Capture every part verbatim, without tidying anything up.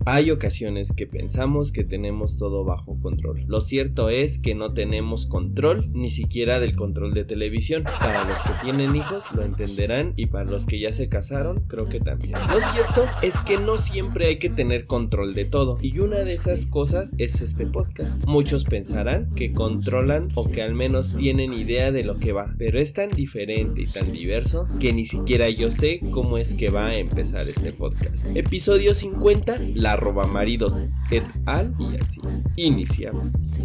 Hay ocasiones que pensamos que tenemos todo bajo control. Lo cierto es que no tenemos control, ni siquiera del control de televisión. Para los que tienen hijos lo entenderán y para los que ya se casaron creo que también. Lo cierto es que no siempre hay que tener control de todo, y una de esas cosas es este podcast. Muchos pensarán que controlan o que al menos tienen idea de lo que va, pero es tan diferente y tan diverso que ni siquiera yo sé cómo es que va a empezar este podcast. Episodio cincuenta, la Robamaridos et al. Y así iniciamos.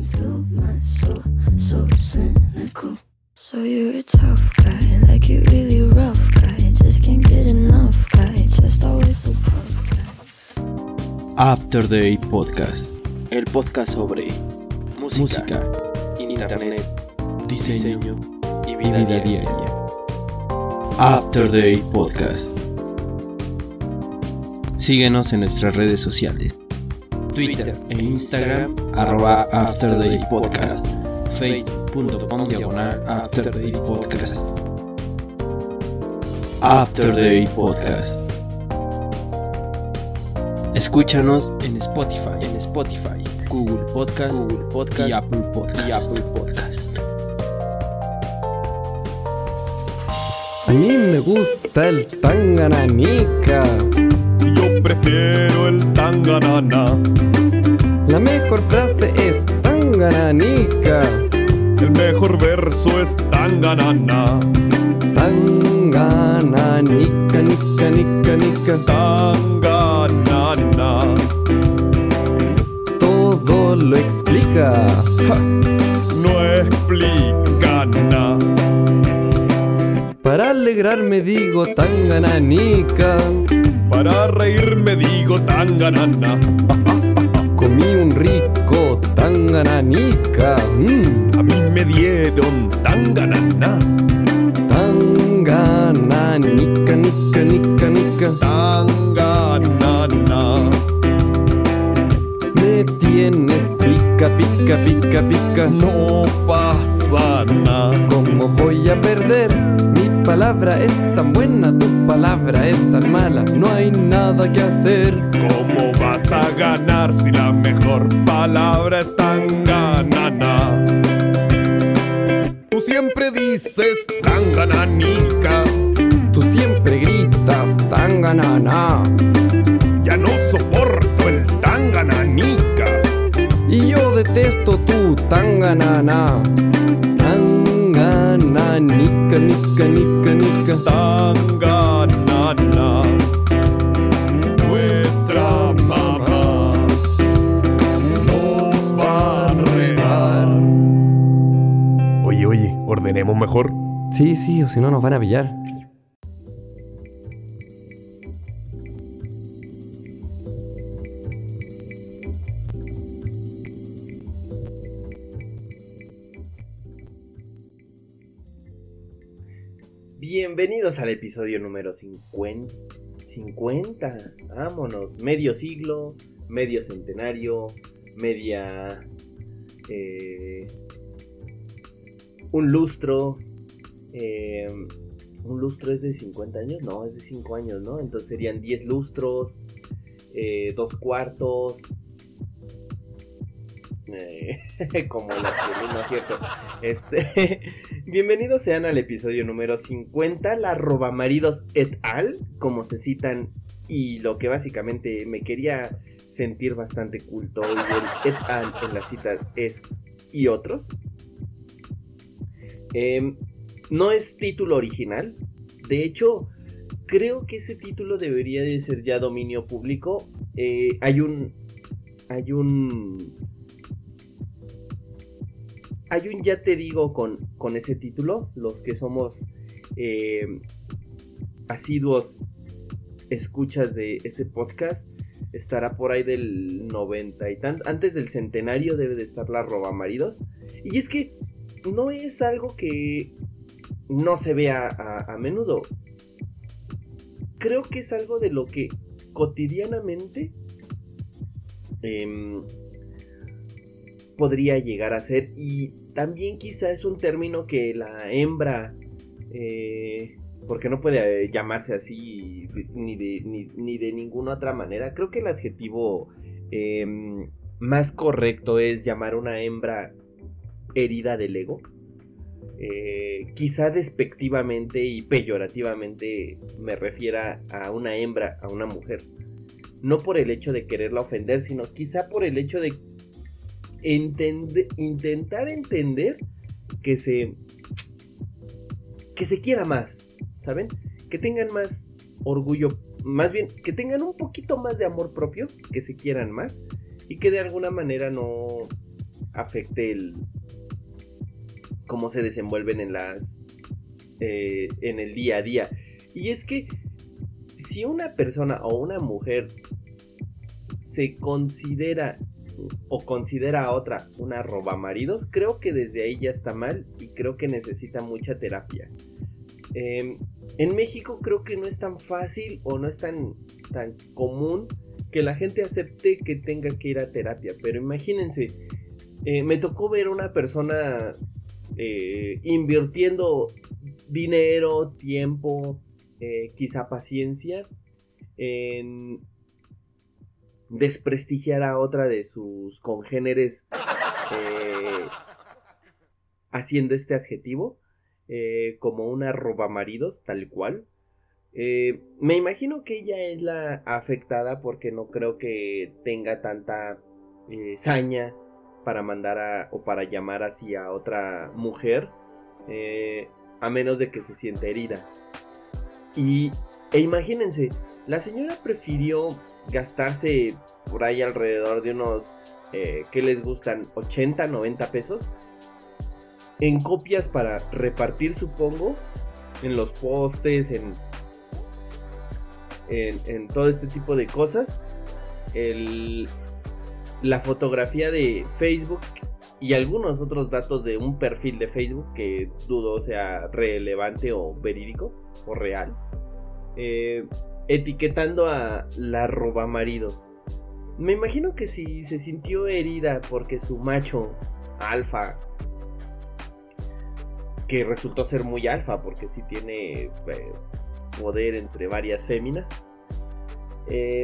So you're a tough guy, like you really rough guy, just can't get enough guy, just always so puff guy. After Day Podcast, el podcast sobre música, música internet, diseño, diseño y vida, vida diaria. diaria. After Day Podcast. Síguenos en nuestras redes sociales, Twitter e Instagram, arroba After Day Podcast, facebook.com diagonal After Day Podcast. After Day Podcast. Escúchanos en Spotify, en Spotify, Google Podcast, Google Podcast y Apple Podcast. Y Apple Podcast. A mí me gusta el tangananica. Yo prefiero el tanganana. La mejor frase es tangananica. El mejor verso es tanganana. Tangananica, nica, nica, nica. Tanganana. Todo lo explica. Ja, no explica nada. Para alegrarme digo tangananica. Para reírme digo tanganana. Comí un rico tangananica. Mm. A mí me dieron tanganana. Tangananica, nica, nica, nica. Tanganana. Me tienes pica, pica, pica, pica. No pasa nada. ¿Cómo voy a perder? Mi palabra es tan buena, tu palabra es tan mala. No hay nada que hacer. ¿Cómo vas a ganar si la mejor palabra es tanganana? Tú siempre dices tangananica. Tú siempre gritas tanganana. Ya no soporto el tangananica. Y yo detesto tu tanganana. Tangananica, nica, nica, nica. Tanganana. Nuestra mamá nos va a regar. Oye, oye, ordenemos mejor. Sí, sí, o si no nos van a pillar. Bienvenidos al episodio número cincuenta. cincuenta, vámonos. Medio siglo, medio centenario, media... Eh, un lustro. Eh, ¿Un lustro es de cincuenta años? No, es de cinco años, ¿no? Entonces serían diez lustros, eh, dos cuartos... Eh, como la que no es cierto. Este, bienvenidos sean al episodio número cincuenta, la Robamaridos et al, como se citan, y lo que básicamente me quería sentir bastante culto, y el et al en las citas es y otros. Eh, no es título original, de hecho, creo que ese título debería de ser ya dominio público. Eh, hay un, hay un Hay un ya te digo con, con ese título. Los que somos eh, asiduos escuchas de ese podcast, estará por ahí del noventa y tanto. Antes del centenario debe de estar la Robamaridos. Y es que no es algo que no se vea a, a menudo. Creo que es algo de lo que cotidianamente eh, podría llegar a ser. Y también quizá es un término que la hembra eh, porque no puede eh, llamarse así ni de, ni, ni de ninguna otra manera. Creo que el adjetivo eh, más correcto es llamar a una hembra herida del ego. Eh, quizá despectivamente y peyorativamente me refiera a una hembra, a una mujer. No por el hecho de quererla ofender, sino quizá por el hecho de entender, intentar entender que se, que se quiera más, ¿saben? Que tengan más orgullo, más bien, que tengan un poquito más de amor propio, que se quieran más y que de alguna manera no afecte el cómo se desenvuelven en las eh, en el día a día. Y es que si una persona o una mujer se considera o considera a otra una robamaridos, creo que desde ahí ya está mal y creo que necesita mucha terapia. Eh, en México creo que no es tan fácil o no es tan, tan común que la gente acepte que tenga que ir a terapia, pero imagínense, eh, me tocó ver una persona eh, invirtiendo dinero, tiempo, eh, quizá paciencia en desprestigiar a otra de sus congéneres eh, haciendo este adjetivo eh, como una robamaridos, tal cual. Eh, me imagino que ella es la afectada porque no creo que tenga tanta eh, saña para mandar a, o para llamar así a otra mujer, eh, a menos de que se sienta herida. Y, e imagínense, la señora prefirió gastarse por ahí alrededor de unos, eh, ¿qué les gustan? ochenta, noventa pesos en copias para repartir, supongo, en los postes, en, en, en todo este tipo de cosas. El, la fotografía de Facebook y algunos otros datos de un perfil de Facebook que dudo sea relevante o verídico o real, eh, etiquetando a la robamaridos. Me imagino que si se sintió herida porque su macho alfa, que resultó ser muy alfa porque sí tiene eh, poder entre varias féminas, eh,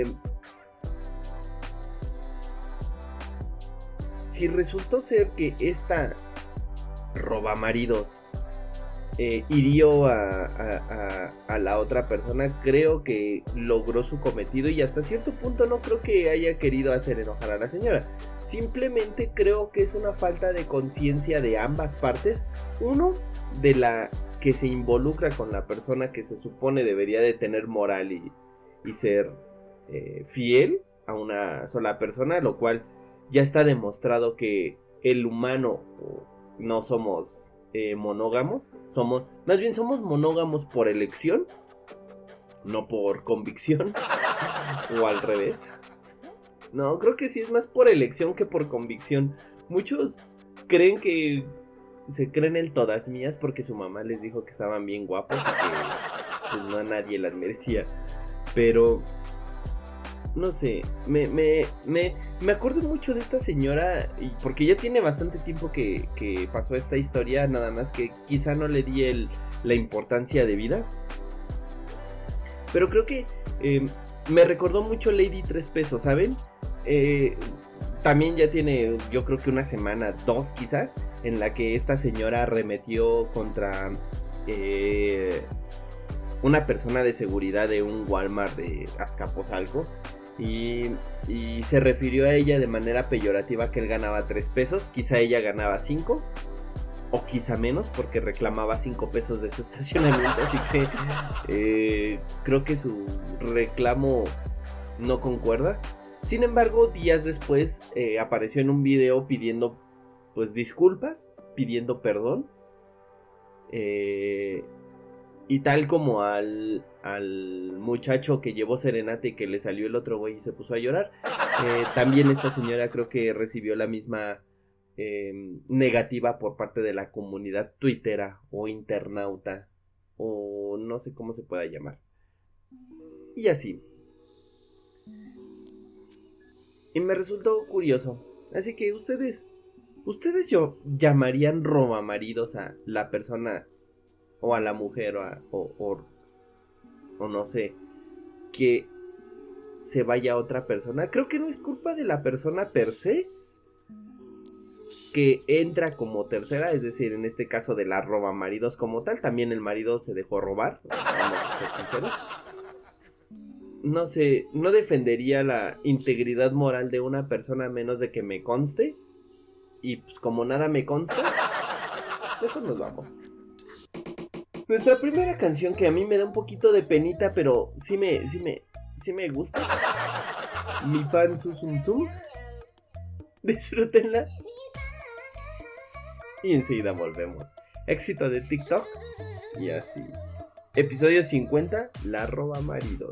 si resultó ser que esta robamaridos eh, hirió a, a, a, a la otra persona, creo que logró su cometido y hasta cierto punto no creo que haya querido hacer enojar a la señora. Simplemente creo que es una falta de conciencia de ambas partes. Uno, de la que se involucra con la persona que se supone debería de tener moral y, y ser eh, fiel a una sola persona, lo cual ya está demostrado que el humano no somos eh, monógamos, somos, más bien somos monógamos por elección, no por convicción, o al revés. No, creo que sí es más por elección que por convicción. Muchos creen que se creen el todas mías porque su mamá les dijo que estaban bien guapos y que pues, no a nadie las merecía. Pero no sé, me, me, me, me acuerdo mucho de esta señora, y porque ya tiene bastante tiempo que, que pasó esta historia, nada más que quizá no le di el, la importancia de vida. Pero creo que eh, me recordó mucho Lady Tres Pesos, ¿saben? Eh, también ya tiene, yo creo que una semana, dos quizá, en la que esta señora arremetió contra eh, una persona de seguridad de un Walmart de Azcapotzalco. Y, y se refirió a ella de manera peyorativa que él ganaba tres pesos, quizá ella ganaba cinco, o quizá menos, porque reclamaba cinco pesos de su estacionamiento, así que eh, creo que su reclamo no concuerda. Sin embargo, días después eh, apareció en un video pidiendo pues disculpas, pidiendo perdón, eh, y tal como al, al muchacho que llevó serenata y que le salió el otro güey y se puso a llorar, eh, también esta señora creo que recibió la misma eh, negativa por parte de la comunidad tuitera o internauta, o no sé cómo se pueda llamar. Y así. Y me resultó curioso. Así que ustedes, ustedes yo llamarían robamaridos a la persona o a la mujer o, a, o, o o no sé, que se vaya otra persona. Creo que no es culpa de la persona per se, que entra como tercera, es decir, en este caso de la roba maridos como tal. También el marido se dejó robar, vamos a ser sinceros. No sé, no defendería la integridad moral de una persona a menos de que me conste. Y pues como nada me consta, mejor nos vamos. Nuestra primera canción, que a mí me da un poquito de penita, pero sí me, sí me, sí me gusta. Mi pan su zum zum. Disfrútenla. Y enseguida volvemos. Éxito de TikTok. Y así. Episodio cincuenta, La roba maridos.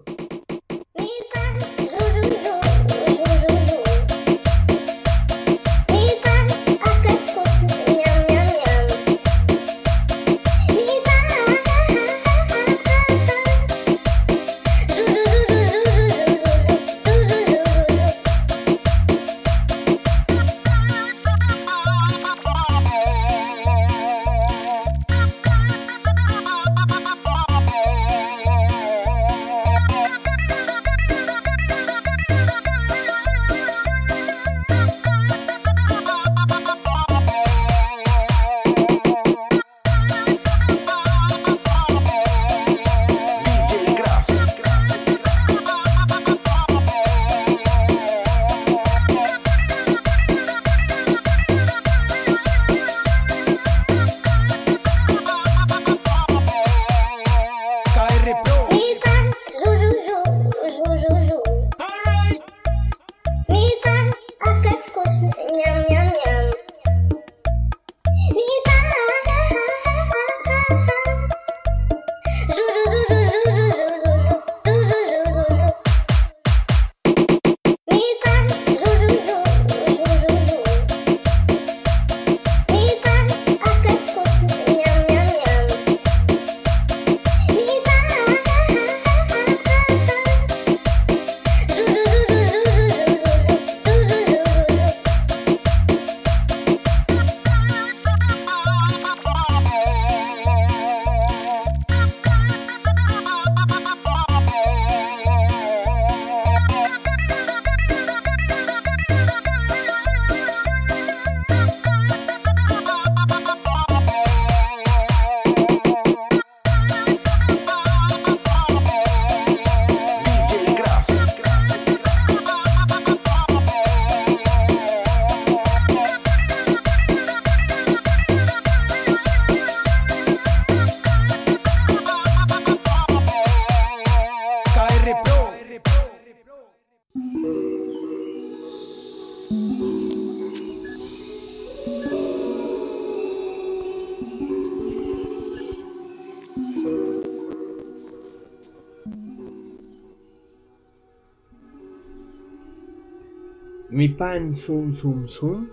Mi pan zum zum zum.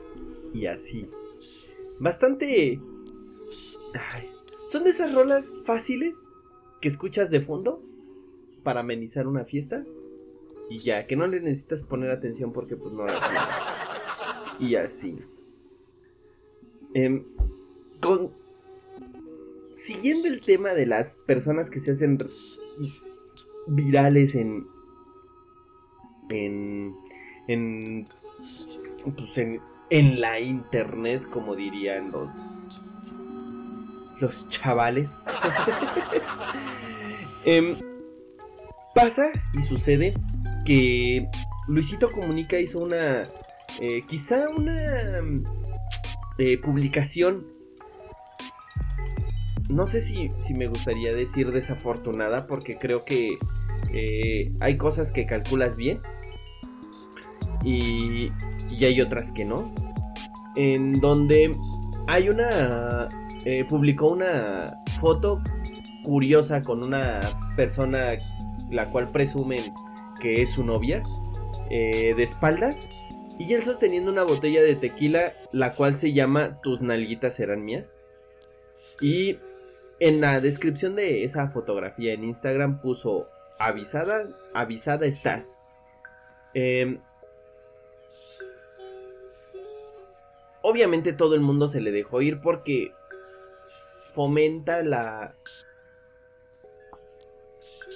Y así. Bastante... Ay, son de esas rolas fáciles que escuchas de fondo para amenizar una fiesta. Y ya, que no le necesitas poner atención porque pues no la tienes. Y así. Eh, con... Siguiendo el tema de las personas que se hacen virales en... En... En, pues en, en la internet, como dirían los los chavales. eh, pasa y sucede que Luisito Comunica hizo una eh, quizá una eh, publicación, no sé si, si me gustaría decir desafortunada, porque creo que eh, hay cosas que calculas bien Y, y hay otras que no, en donde hay una eh, publicó una foto curiosa con una persona la cual presumen que es su novia, eh, de espaldas, y él sosteniendo una botella de tequila, la cual se llama Tus nalguitas serán mías. Y en la descripción de esa fotografía en Instagram puso: avisada, avisada estás. eh, Obviamente todo el mundo se le dejó ir porque fomenta la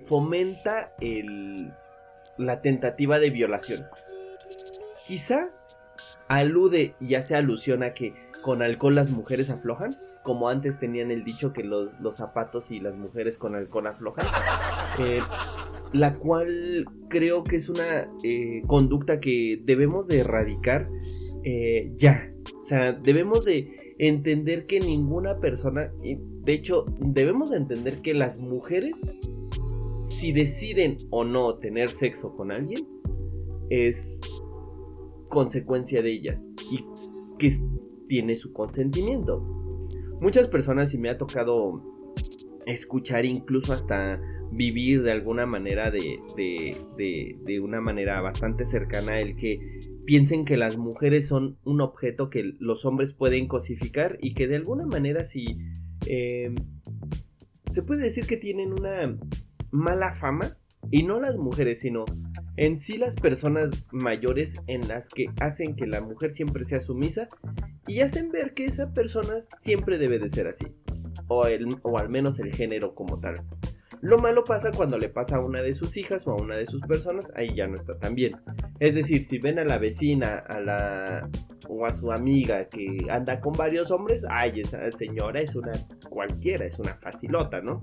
fomenta el, la tentativa de violación. Quizá alude y hace alusión a que con alcohol las mujeres aflojan, como antes tenían el dicho que los, los zapatos y las mujeres con alcohol aflojan, eh, la cual creo que es una eh, conducta que debemos de erradicar eh, ya. O sea, debemos de entender que ninguna persona, de hecho, debemos de entender que las mujeres, si deciden o no tener sexo con alguien, es consecuencia de ellas y que tiene su consentimiento. Muchas personas, y me ha tocado escuchar, incluso hasta vivir de alguna manera de, de, de, de una manera bastante cercana, el que piensen que las mujeres son un objeto que los hombres pueden cosificar y que de alguna manera si eh, se puede decir que tienen una mala fama, y no las mujeres sino en sí las personas mayores, en las que hacen que la mujer siempre sea sumisa y hacen ver que esa persona siempre debe de ser así, o, el, o al menos el género como tal. Lo malo pasa cuando le pasa a una de sus hijas o a una de sus personas, ahí ya no está tan bien. Es decir, si ven a la vecina, a la o a su amiga que anda con varios hombres, ay, esa señora es una cualquiera, es una facilota, ¿no?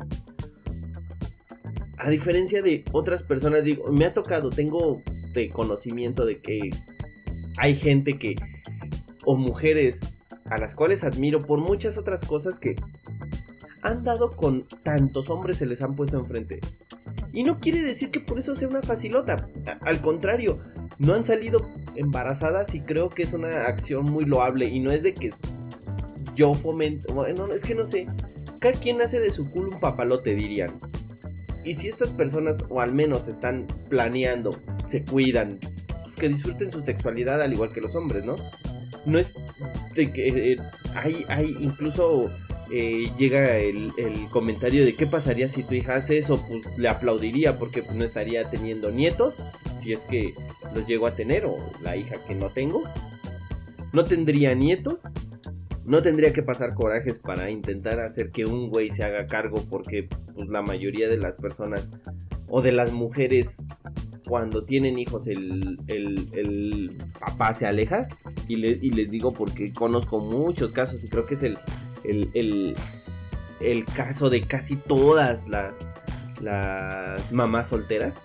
A diferencia de otras personas, digo, me ha tocado, tengo de conocimiento de que hay gente que, o mujeres a las cuales admiro por muchas otras cosas, que han dado con tantos hombres, se les han puesto enfrente. Y no quiere decir que por eso sea una facilota. Al contrario, no han salido embarazadas y creo que es una acción muy loable. Y no es de que yo fomento, bueno, es que no sé. Cada quien hace de su culo un papalote, dirían. Y si estas personas, o al menos están planeando, se cuidan, pues que disfruten su sexualidad al igual que los hombres, ¿no? No es de que eh, hay, hay incluso... Eh, llega el, el comentario de qué pasaría si tu hija hace eso, pues le aplaudiría porque pues, no estaría teniendo nietos, si es que los llego a tener, o la hija que no tengo, no tendría nietos, no tendría que pasar corajes para intentar hacer que un güey se haga cargo, porque pues la mayoría de las personas o de las mujeres cuando tienen hijos el, el, el papá se aleja, y, le, y les digo porque conozco muchos casos y creo que es el El, el, el caso de casi todas las, las mamás solteras.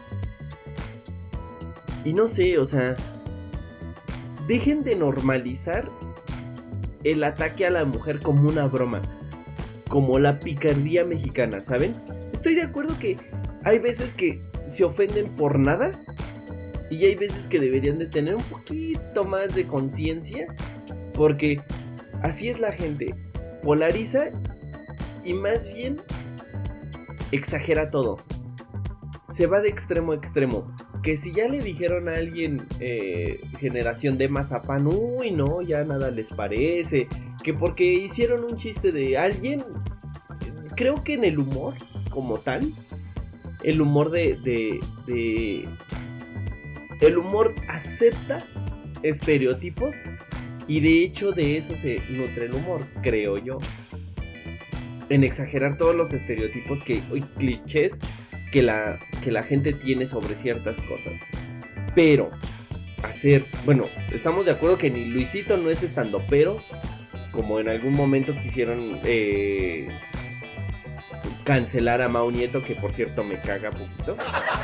Y no sé, o sea, dejen de normalizar el ataque a la mujer como una broma, como la picardía mexicana, ¿saben? Estoy de acuerdo que hay veces que se ofenden por nada, y hay veces que deberían de tener un poquito más de conciencia, porque así es la gente. Polariza y más bien exagera todo. Se va de extremo a extremo. Que si ya le dijeron a alguien eh, generación de mazapán, uy no, ya nada les parece. Que porque hicieron un chiste de alguien, creo que en el humor como tal, el humor de, de, de el humor acepta estereotipos. Y de hecho de eso se nutre el humor, creo yo. En exagerar todos los estereotipos que, y clichés que la, que la gente tiene sobre ciertas cosas. Pero hacer, bueno, estamos de acuerdo que ni Luisito no es estandopero, como en algún momento quisieron eh, cancelar a Mau Nieto, que por cierto me caga poquito.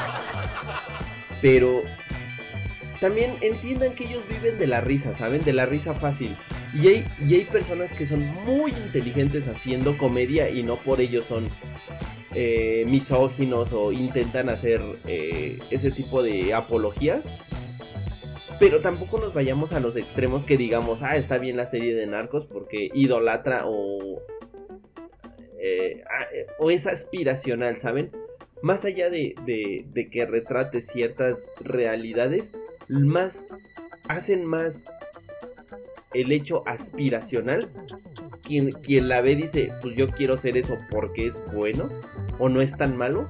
Pero también entiendan que ellos viven de la risa, ¿saben? De la risa fácil. Y hay, y hay personas que son muy inteligentes haciendo comedia y no por ello son eh, misóginos o intentan hacer eh, ese tipo de apologías. Pero tampoco nos vayamos a los extremos que digamos, ah, está bien la serie de Narcos porque idolatra o, eh, o es aspiracional, ¿saben? Más allá de, de, de que retrate ciertas realidades, más hacen más el hecho aspiracional. Quien, quien la ve dice, pues yo quiero ser eso porque es bueno o no es tan malo,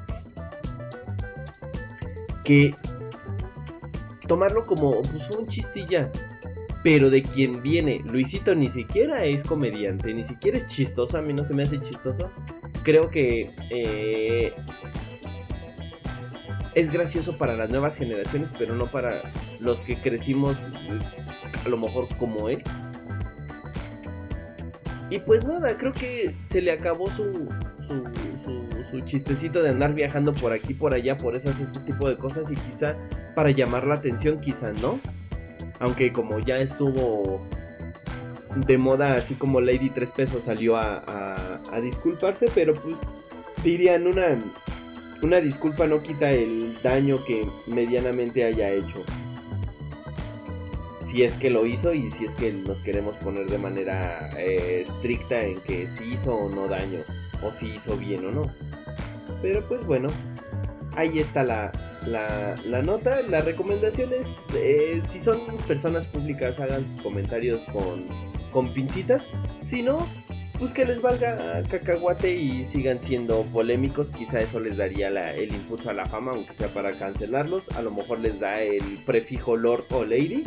que tomarlo como pues, un chistilla. Pero de quien viene, Luisito ni siquiera es comediante, ni siquiera es chistoso, a mí no se me hace chistoso. Creo que eh, es gracioso para las nuevas generaciones, pero no para los que crecimos a lo mejor como él. Y pues nada, creo que se le acabó su, su, su, su chistecito de andar viajando por aquí, por allá, por eso hace este tipo de cosas y quizá para llamar la atención, quizá no. Aunque como ya estuvo de moda, así como Lady Tres Pesos salió a, a, a disculparse, pero pues dirían una, una disculpa no quita el daño que medianamente haya hecho. Si es que lo hizo y si es que nos queremos poner de manera eh, estricta en que si hizo o no daño, o si hizo bien o no. Pero pues bueno, ahí está la, la, la nota. La recomendación es, eh, si son personas públicas, hagan sus comentarios con, con pincitas. Si no, pues que les valga cacahuate y sigan siendo polémicos. Quizá eso les daría la, el impulso a la fama, aunque sea para cancelarlos. A lo mejor les da el prefijo Lord o Lady.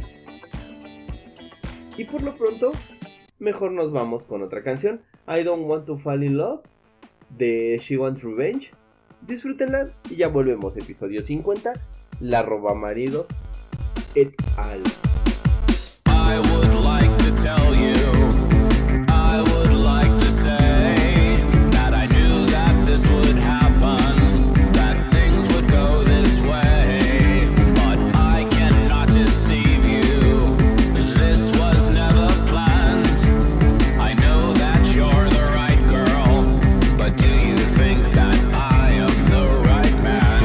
Y por lo pronto, mejor nos vamos con otra canción. I Don't Want to Fall in Love, de She Wants Revenge. Disfrútenla y ya volvemos. Episodio cincuenta, La Roba Maridos et al. I would like to tell you, I would like to say that I knew that this would happen, that things would go this way, but I cannot deceive you. This was never planned. I know that you're the right girl, but do you think that I am the right man?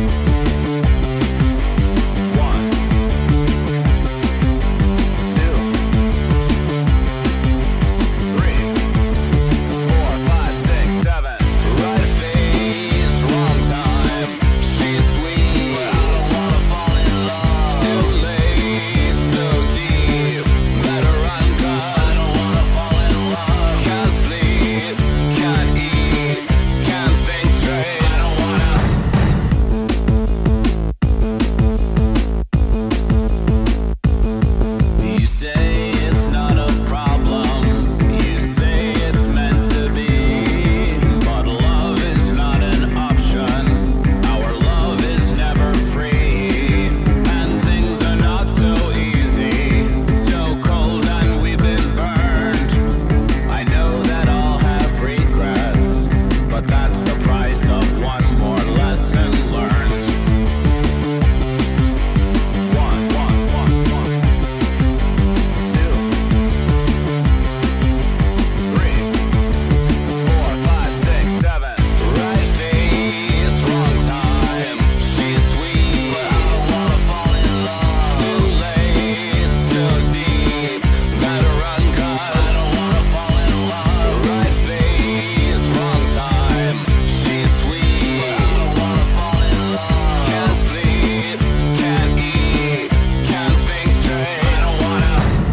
One, two, three, four, five, six, seven. Right face, wrong time. She's sweet, but I don't wanna fall in love. Too late, so deep. Better run 'cause I don't wanna fall in love. Can't sleep, can't eat, can't think straight. I don't wanna. You say it's not a problem, you say it's meant to be, but love is not an option, our love is never free, and things are not so easy, so cold and we've been burned. I know that I'll have regrets, but that's the price of one more lesson learned. One, one, one, one. Two, three, four, five, six, seven. Right face, wrong time. She's sweet, but I don't wanna fall in love. Too late, so deep. Better run 'cause I don't wanna fall in love. Right face, wrong time. She's sweet, but I don't wanna fall in love. Can't sleep, can't eat, can't think straight. I don't wanna.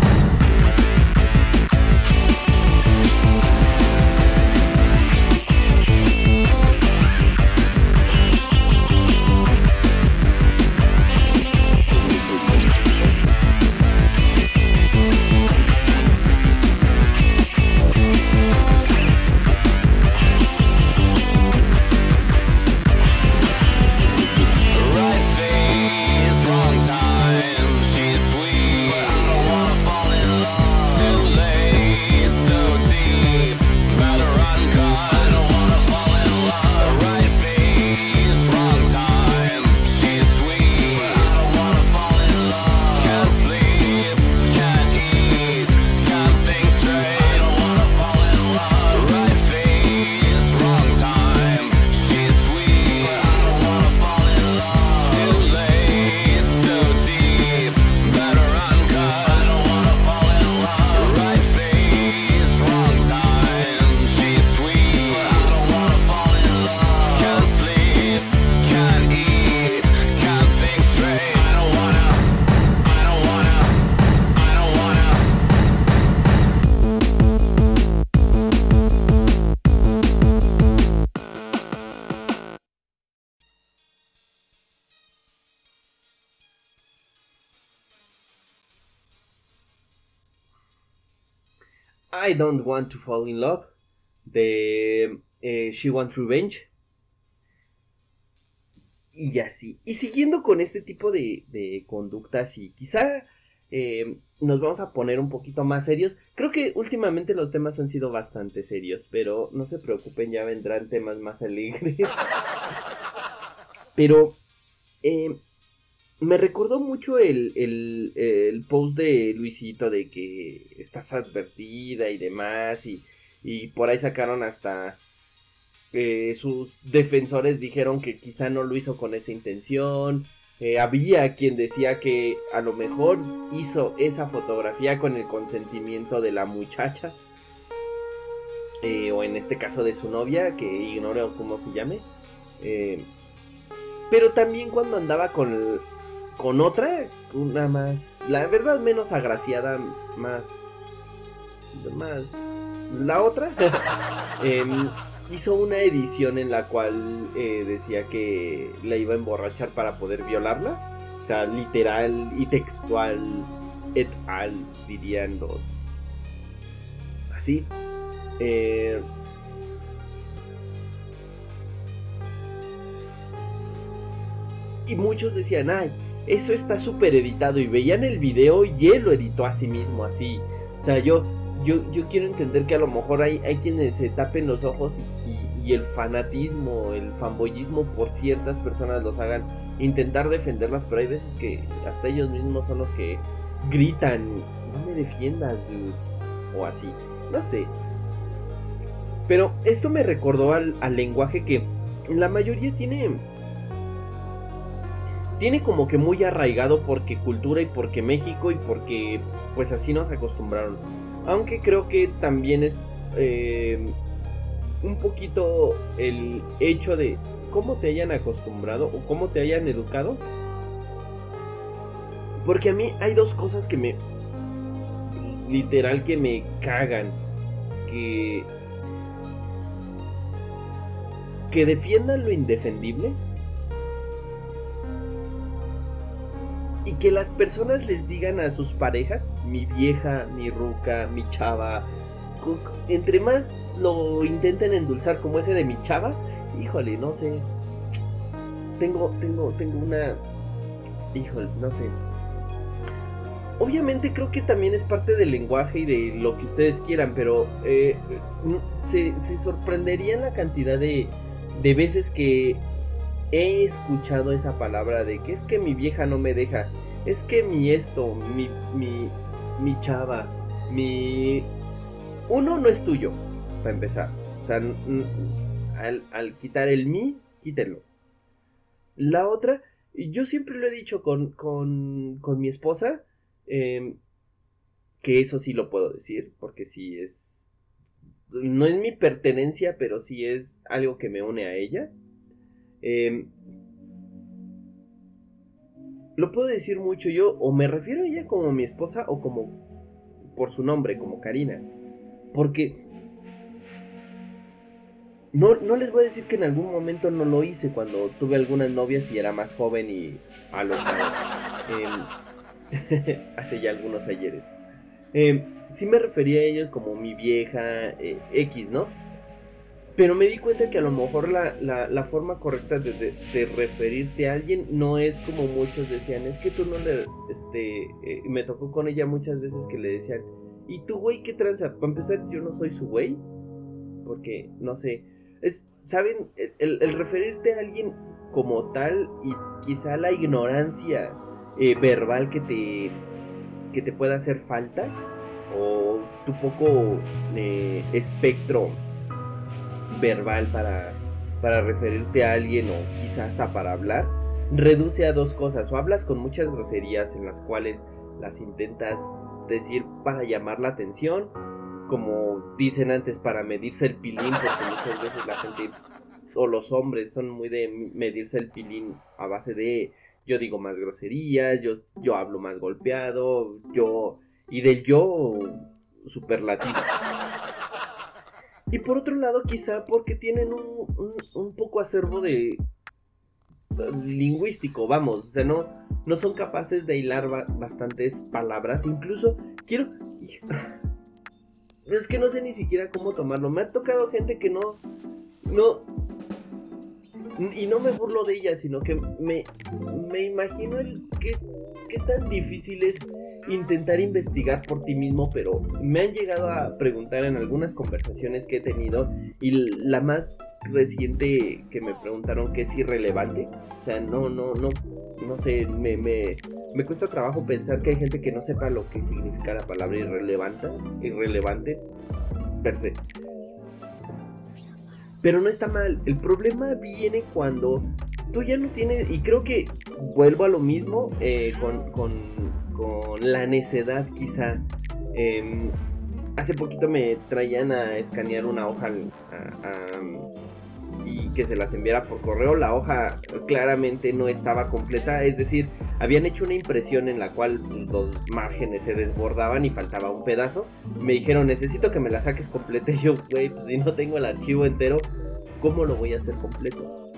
Right face, wrong time. She's sweet, but I don't wanna fall in love. Too late, so deep. Better run 'cause I don't wanna fall in love. Right face, wrong time. She's sweet, but I don't wanna fall in love. Can't sleep, can't eat, can't think straight. I don't wanna fall in love. Right face, wrong time. She's sweet, but I don't wanna fall in love. Too late, so deep. Better run 'cause I don't wanna fall in love. Right face, wrong time. She's sweet, but I don't wanna fall in love. Can't sleep, can't eat, can't think straight. I don't wanna. I don't wanna. I don't wanna. I Don't Want to Fall in Love, de eh, She Wants Revenge. y así. Y siguiendo con este tipo de, de conductas y quizá eh, nos vamos a poner un poquito más serios. Creo que últimamente los temas han sido bastante serios, pero no se preocupen, ya vendrán temas más alegres. Pero eh, me recordó mucho el, el, el post de Luisito de que estás advertida y demás, y, y por ahí sacaron hasta... Eh, sus defensores dijeron que quizá no lo hizo con esa intención. Eh, había quien decía que a lo mejor hizo esa fotografía con el consentimiento de la muchacha, eh, o en este caso de su novia, que ignoro cómo se llame. Eh, pero también cuando andaba con, con otra, una más, la verdad menos agraciada, más, más, la otra, eh, hizo una edición en la cual eh, decía que la iba a emborrachar para poder violarla. O sea, literal y textual, et al, dirían los... Así. Eh... Y muchos decían, ay, eso está súper editado. Y veían el video y él lo editó a sí mismo, así. O sea, yo... Yo, yo quiero entender que a lo mejor hay, hay quienes se tapen los ojos y, y, y el fanatismo, el fanboyismo por ciertas personas los hagan intentar defenderlas, pero hay veces que hasta ellos mismos son los que gritan, no me defiendas, dude, o así, no sé. Pero esto me recordó al, al lenguaje que la mayoría tiene, tiene como que muy arraigado porque cultura y porque México y porque pues así nos acostumbraron. Aunque creo que también es eh, un poquito el hecho de cómo te hayan acostumbrado o cómo te hayan educado. Porque a mí hay dos cosas que me... literal que me cagan. Que... Que defiendan lo indefendible. Y que las personas les digan a sus parejas, mi vieja, mi ruca, mi chava, entre más lo intenten endulzar como ese de mi chava, híjole, no sé, tengo, tengo, tengo una, híjole, no sé. Obviamente creo que también es parte del lenguaje y de lo que ustedes quieran, pero eh, se, se sorprenderían la cantidad de, de veces que he escuchado esa palabra de que es que mi vieja no me deja, es que mi esto, mi, mi, mi chava, mi... Uno no es tuyo, para empezar. O sea, n- n- al, al quitar el mi, quítenlo. La otra, yo siempre lo he dicho con, con, con mi esposa, eh, que eso sí lo puedo decir, porque sí es... No es mi pertenencia, pero sí es algo que me une a ella. Eh, lo puedo decir mucho yo, o me refiero a ella como mi esposa o como por su nombre, como Karina, porque no, no les voy a decir que en algún momento no lo hice cuando tuve algunas novias y era más joven y a lo eh, hace ya algunos ayeres. Eh, sí me refería a ellos como mi vieja, eh, X, ¿no? Pero me di cuenta que a lo mejor la, la, la forma correcta de, de, de referirte a alguien no es como muchos decían, es que tú no le, este, eh, me tocó con ella muchas veces que le decían, ¿y tú güey qué tranza? Para empezar, yo no soy su güey, porque, no sé, es, ¿saben? El, el referirte a alguien como tal y quizá la ignorancia eh, verbal que te, que te pueda hacer falta, o tu poco eh, espectro verbal para, para referirte a alguien o quizás hasta para hablar, reduce a dos cosas: o hablas con muchas groserías en las cuales las intentas decir para llamar la atención, como dicen antes, para medirse el pilín, porque muchas veces la gente o los hombres son muy de medirse el pilín a base de yo digo más groserías, yo, yo hablo más golpeado, yo, y del yo superlativo. Y por otro lado, quizá porque tienen un, un, un poco acervo de uh, lingüístico, vamos, o sea, no, no son capaces de hilar ba- bastantes palabras. Incluso quiero... Es que no sé ni siquiera cómo tomarlo. Me ha tocado gente que no... No... Y no me burlo de ella, sino que me, me imagino el qué, qué tan difícil es intentar investigar por ti mismo, pero me han llegado a preguntar en algunas conversaciones que he tenido, y la más reciente que me preguntaron que es irrelevante, o sea, no, no, no, no sé, me, me, me cuesta trabajo pensar que hay gente que no sepa lo que significa la palabra irrelevante, irrelevante, per se. Pero no está mal, el problema viene cuando tú ya no tienes, y creo que vuelvo a lo mismo eh, con, con, con la necedad quizá. Eh, hace poquito me traían a escanear una hoja a, a, y que se las enviara por correo. La hoja claramente no estaba completa, es decir, habían hecho una impresión en la cual los márgenes se desbordaban y faltaba un pedazo. Me dijeron, necesito que me la saques completa. Y yo, güey, pues si no tengo el archivo entero, ¿cómo lo voy a hacer completo?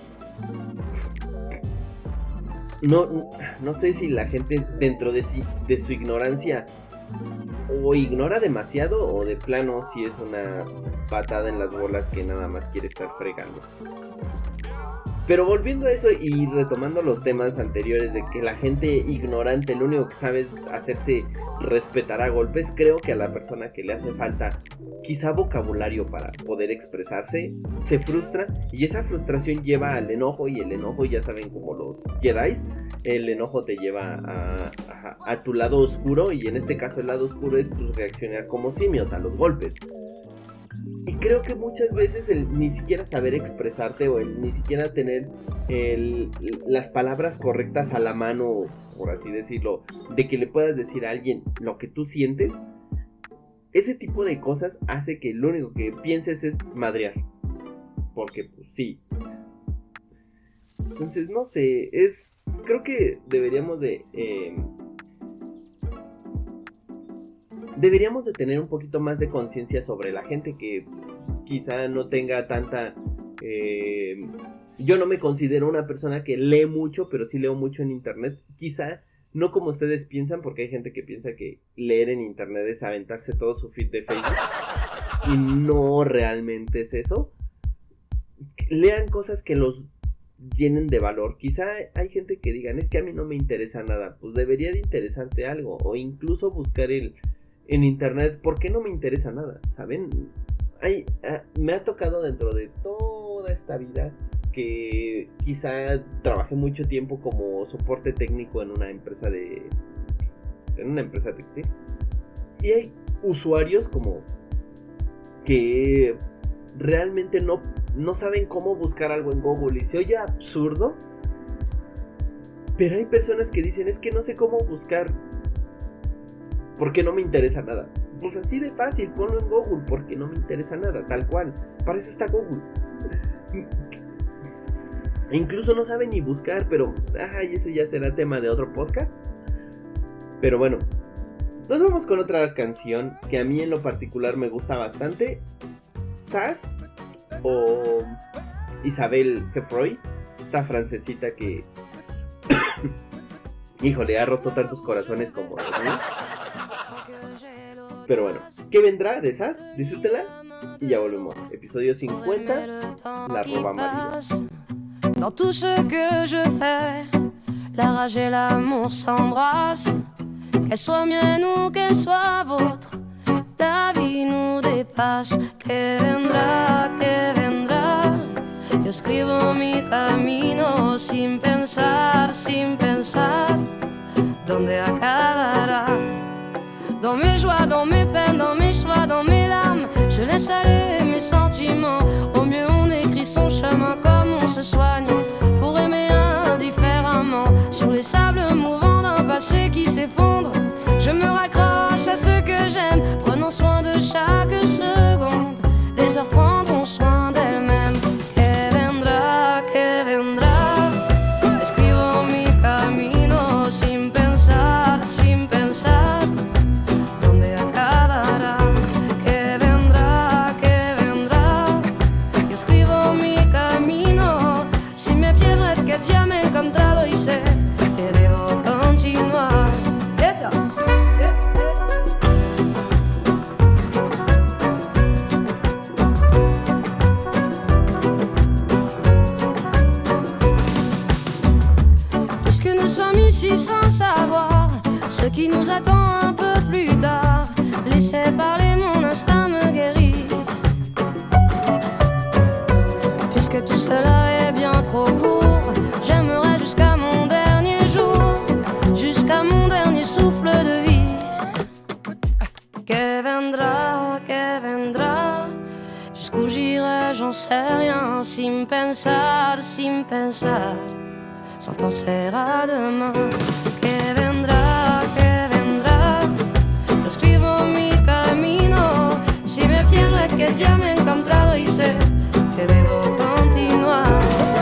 No, no sé si la gente dentro de, sí, de su ignorancia o ignora demasiado o de plano si es una patada en las bolas que nada más quiere estar fregando. Pero volviendo a eso y retomando los temas anteriores de que la gente ignorante lo único que sabe es hacerse respetar a golpes, creo que a la persona que le hace falta quizá vocabulario para poder expresarse, se frustra y esa frustración lleva al enojo, y el enojo, ya saben, como los Jedis, el enojo te lleva a, a, a tu lado oscuro, y en este caso el lado oscuro es pues reaccionar como simios a los golpes. Y creo que muchas veces el ni siquiera saber expresarte o el ni siquiera tener el, las palabras correctas a la mano, por así decirlo, de que le puedas decir a alguien lo que tú sientes, ese tipo de cosas hace que lo único que pienses es madrear. Porque pues sí. Entonces no sé, es creo que deberíamos de... Eh, Deberíamos de tener un poquito más de conciencia sobre la gente que quizá no tenga tanta... Eh, yo no me considero una persona que lee mucho, pero sí leo mucho en internet. Quizá no como ustedes piensan, porque hay gente que piensa que leer en internet es aventarse todo su feed de Facebook. Y no realmente es eso. Lean cosas que los llenen de valor. Quizá hay gente que digan, es que a mí no me interesa nada. Pues debería de interesarte algo. O incluso buscar el... en internet, ¿por qué no me interesa nada? ¿Saben? Hay, ah, me ha tocado dentro de toda esta vida que quizá trabajé mucho tiempo como soporte técnico en una empresa de... en una empresa textil. Y hay usuarios como que realmente no, no saben cómo buscar algo en Google y se oye absurdo. Pero hay personas que dicen, es que no sé cómo buscar porque no me interesa nada. Pues así de fácil, ponlo en Google, porque no me interesa nada, tal cual. Para eso está Google. E incluso no saben ni buscar, pero ay, ese ya será tema de otro podcast. Pero bueno, nos vamos con otra canción que a mí en lo particular me gusta bastante. Sass o Isabelle Geoffroy, esta francesita que híjole, ha roto tantos corazones como los míos. Pero bueno, ¿qué vendrá de Sass? Disfrútela y ya volvemos. Episodio cincuenta, la arroba María. Dans tout ce que je fais, la rage et l'amour s'embrassent. Qu'elle soit mienne ou qu'elle soit vôtre, la vie nous dépasse. Que vendrá, que vendrá. Yo escribo mi camino sin pensar, sin pensar dónde acabará. Dans mes joies, dans mes peines, dans mes choix, dans mes larmes, je laisse aller mes sentiments. Au mieux on écrit son chemin comme on se soigne pour aimer indifféremment. Sur les sables mouvants d'un passé qui s'effondre, je me raccroche à ce que j'aime, prenant soin de chaque seconde. Les heures prendront soin d'elles-mêmes. Que vendrá, que vendrá. Escribo mi camino sin pensar, sommes ici sans savoir ce qui nous attend un peu plus tard. Laissez parler, mon instinct me guérit. Puisque tout cela est bien trop court, j'aimerais jusqu'à mon dernier jour, jusqu'à mon dernier souffle de vie. Que vendra, que vendra, jusqu'où j'irai, j'en sais rien. Sin pensar, sin pensar, sans penser à demain. Que vendra, que vendra, escribo mi camino. Si me pierdo es que ya me he encontrado y sé que debo continuar.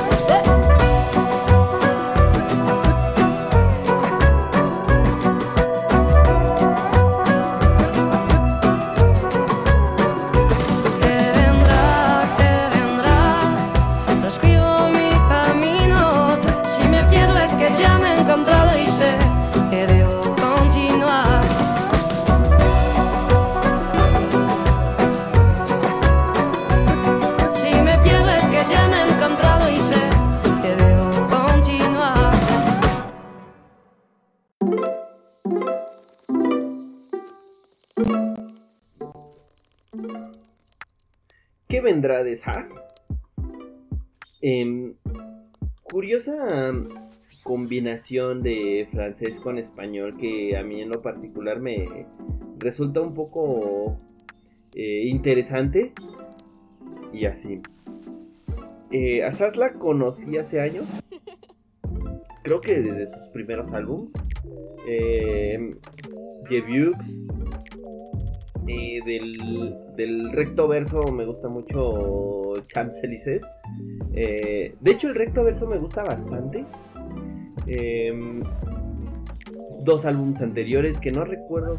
¿Qué vendrá de Sass? Eh, curiosa combinación de francés con español que a mí en lo particular me resulta un poco eh, interesante y así. Eh, a Sass la conocí hace años, creo que desde sus primeros álbumes. Eh, Je Vieux, eh, del, del recto verso me gusta mucho Champs-Élysées. Eh, de hecho el recto verso me gusta bastante. Eh, dos álbumes anteriores que no recuerdo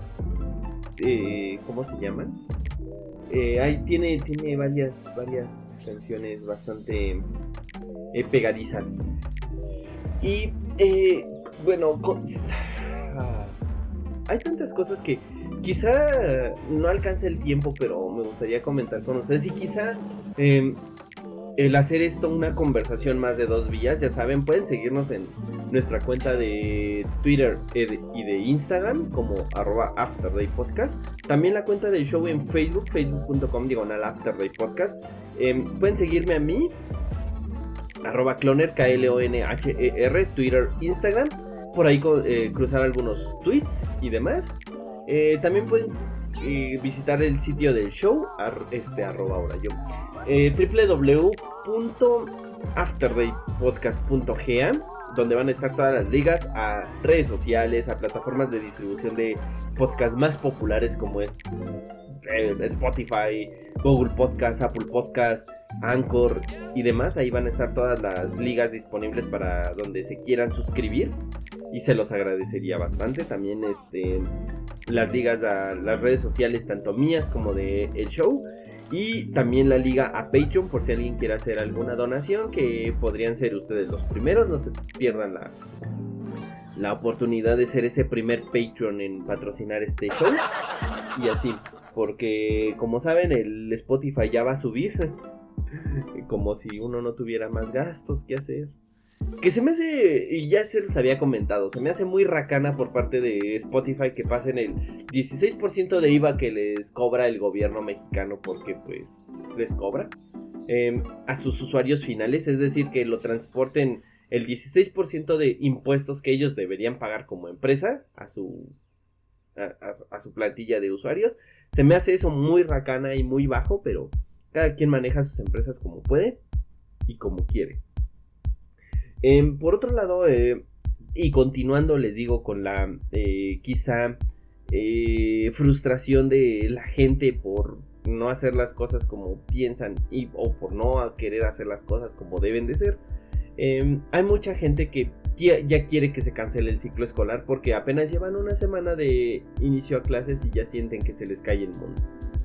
eh, cómo se llaman. Eh, ahí tiene, tiene varias, varias canciones bastante eh, pegadizas. Y eh, bueno, con, ah, hay tantas cosas que quizá no alcance el tiempo, pero me gustaría comentar con ustedes. Y quizá eh, el hacer esto una conversación más de dos vías, ya saben, pueden seguirnos en nuestra cuenta de Twitter y de Instagram como arroba AfterDayPodcast. También la cuenta del show en Facebook, facebook punto com diagonal AfterDayPodcast. Eh, pueden seguirme a mí, arroba Cloner, K L O N H E R, Twitter, Instagram. Por ahí eh, cruzar algunos tweets y demás. Eh, también pueden eh, visitar el sitio del show, ar, este arroba ahora yo, eh, doble u doble u doble u punto afterdaypodcast punto g a, donde van a estar todas las ligas a redes sociales, a plataformas de distribución de podcast más populares como es eh, Spotify, Google Podcast, Apple Podcast, Anchor y demás. Ahí van a estar todas las ligas disponibles para donde se quieran suscribir y se los agradecería bastante. También este, las ligas a las redes sociales tanto mías como de el show, y también la liga a Patreon por si alguien quiere hacer alguna donación, que podrían ser ustedes los primeros. No se pierdan la, la oportunidad de ser ese primer Patreon en patrocinar este show. Y así, porque como saben el Spotify ya va a subir, como si uno no tuviera más gastos que hacer. Que se me hace, y ya se los había comentado, se me hace muy racana por parte de Spotify que pasen el dieciséis por ciento de I V A que les cobra el gobierno mexicano, porque pues les cobra eh, a sus usuarios finales. Es decir, que lo transporten el dieciséis por ciento de impuestos que ellos deberían pagar como empresa a su, a, a, a su plantilla de usuarios. Se me hace eso muy racana y muy bajo, pero cada quien maneja sus empresas como puede y como quiere. Eh, por otro lado, eh, y continuando les digo con la eh, quizá eh, frustración de la gente por no hacer las cosas como piensan y, o por no querer hacer las cosas como deben de ser. Eh, hay mucha gente que ya quiere que se cancele el ciclo escolar porque apenas llevan una semana de inicio a clases y ya sienten que se les cae el mundo.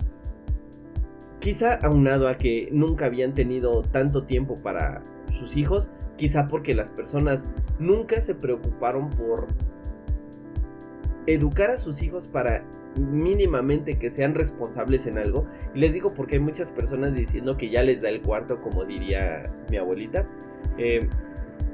Quizá aunado a que nunca habían tenido tanto tiempo para sus hijos, quizá porque las personas nunca se preocuparon por educar a sus hijos para mínimamente que sean responsables en algo. Y les digo porque hay muchas personas diciendo que ya les da el cuarto, como diría mi abuelita. Eh,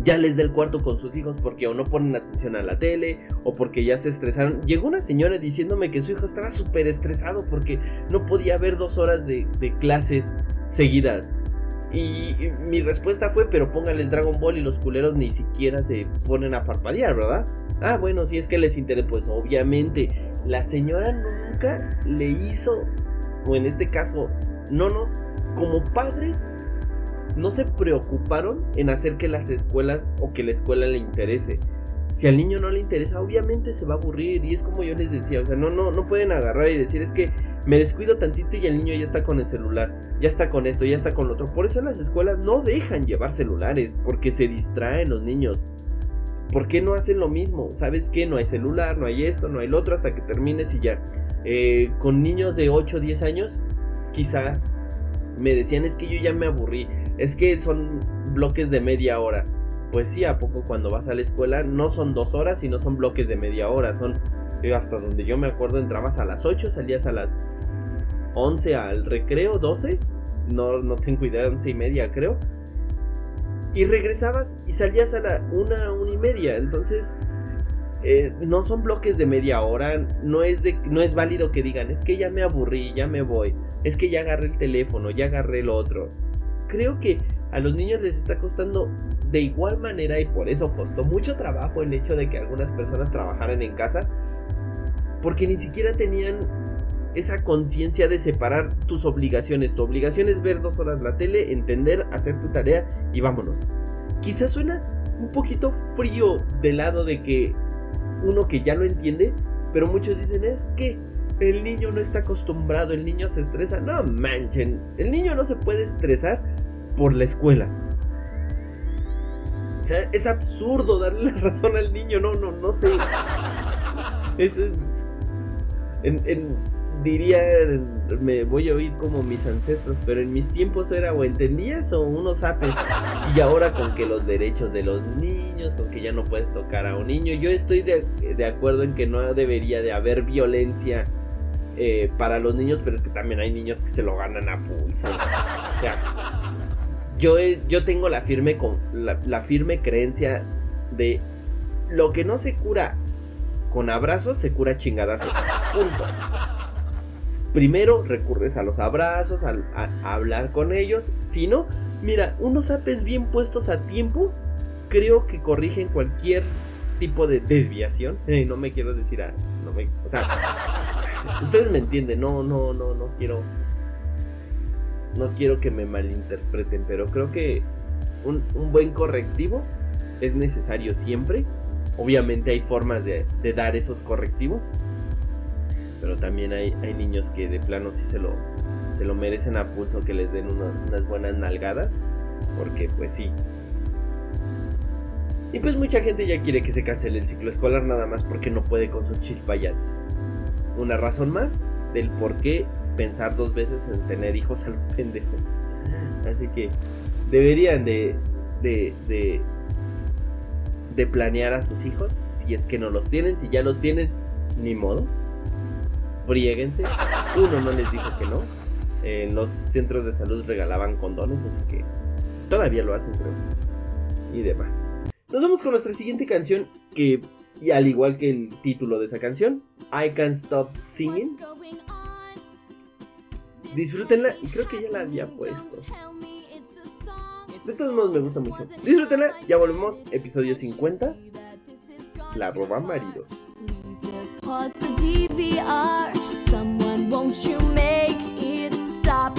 ya les da el cuarto con sus hijos porque o no ponen atención a la tele o porque ya se estresaron. Llegó una señora diciéndome que su hijo estaba súper estresado porque no podía ver dos horas de, de clases seguidas. Y, y mi respuesta fue, pero póngale el Dragon Ball y los culeros ni siquiera se ponen a parpadear, ¿verdad? Ah, bueno, si es que les interesa, pues obviamente la señora nunca le hizo, o en este caso, no nos, como padres, no se preocuparon en hacer que las escuelas o que la escuela le interese. Si al niño no le interesa, obviamente se va a aburrir. Y es como yo les decía, o sea, no, no, no pueden agarrar y decir, es que me descuido tantito y el niño ya está con el celular, ya está con esto, ya está con lo otro. Por eso en las escuelas no dejan llevar celulares, porque se distraen los niños. ¿Por qué no hacen lo mismo? ¿Sabes qué? No hay celular, no hay esto, no hay lo otro, hasta que termines y ya. Eh, con niños de ocho o diez años, quizá me decían, es que yo ya me aburrí, es que son bloques de media hora. Pues sí, ¿a poco cuando vas a la escuela no son dos horas, sino son bloques de media hora? Son, eh, hasta donde yo me acuerdo, entrabas a las ocho, salías a las once al recreo, doce, no, no tengo idea, once y media creo, y regresabas y salías a la una, una y media. Entonces eh, no son bloques de media hora. No es, de, no es válido que digan, es que ya me aburrí, ya me voy, es que ya agarré el teléfono, ya agarré el otro. Creo que a los niños les está costando de igual manera, y por eso costó mucho trabajo el hecho de que algunas personas trabajaran en casa, porque ni siquiera tenían esa conciencia de separar tus obligaciones. Tu obligación es ver dos horas la tele, entender, hacer tu tarea y vámonos. Quizás suena un poquito frío del lado de que uno que ya lo entiende, pero muchos dicen, es que el niño no está acostumbrado, el niño se estresa. No manchen, el niño no se puede estresar por la escuela. O sea, es absurdo darle la razón al niño. No, no, no sé. Es, en, en, diría, me voy a oír como mis ancestros, pero en mis tiempos era o entendías o unos zapes. Y ahora con que los derechos de los niños, con que ya no puedes tocar a un niño. Yo estoy de, de acuerdo en que no debería de haber violencia eh, para los niños, pero es que también hay niños que se lo ganan a pulso. O sea, Yo, yo tengo la firme, con, la, la firme creencia de lo que no se cura con abrazos, se cura chingadazos. Punto. Primero recurres a los abrazos, a, a, a hablar con ellos. Si no, mira, unos apes bien puestos a tiempo, creo que corrigen cualquier tipo de desviación. Eh, no me quiero decir a... No me, o sea, ustedes me entienden, no, no, no, no quiero... No quiero que me malinterpreten, pero creo que un, un buen correctivo es necesario siempre. Obviamente hay formas de, de dar esos correctivos, pero también hay, hay niños que de plano sí se lo, se lo merecen a pulso, que les den unas, unas buenas nalgadas, porque pues sí. Y pues mucha gente ya quiere que se cancele el ciclo escolar nada más porque no puede con sus chispayates. Una razón más del por qué pensar dos veces en tener hijos a los pendejos. Así que deberían de, de, de, de planear a sus hijos, si es que no los tienen. Si ya los tienen, ni modo, friéguense. Uno no les dijo que no. En los centros de salud regalaban condones, así que todavía lo hacen, creo. Y demás. Nos vamos con nuestra siguiente canción, que, y al igual que el título de esa canción, I Can't Stop Singing. Disfrútenla, y creo que ya la había puesto. De todos modos me gusta mucho. Disfrútenla, ya volvemos. Episodio cincuenta. La roba marido. Pause the D V R. Someone, won't you make it stop?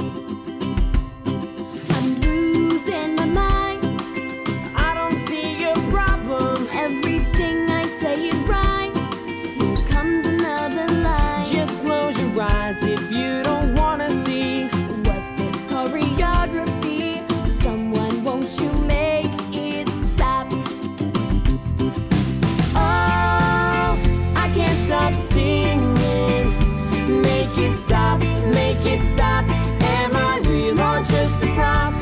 I'm losing my mind. I don't see your problem. Everything I say it rhymes. Here comes another line. Just close your eyes if you don't wanna see. What's this choreography? Someone, won't you make it stop? Oh, I can't stop singing. Make it stop, make it stop. Am I real or just a prop?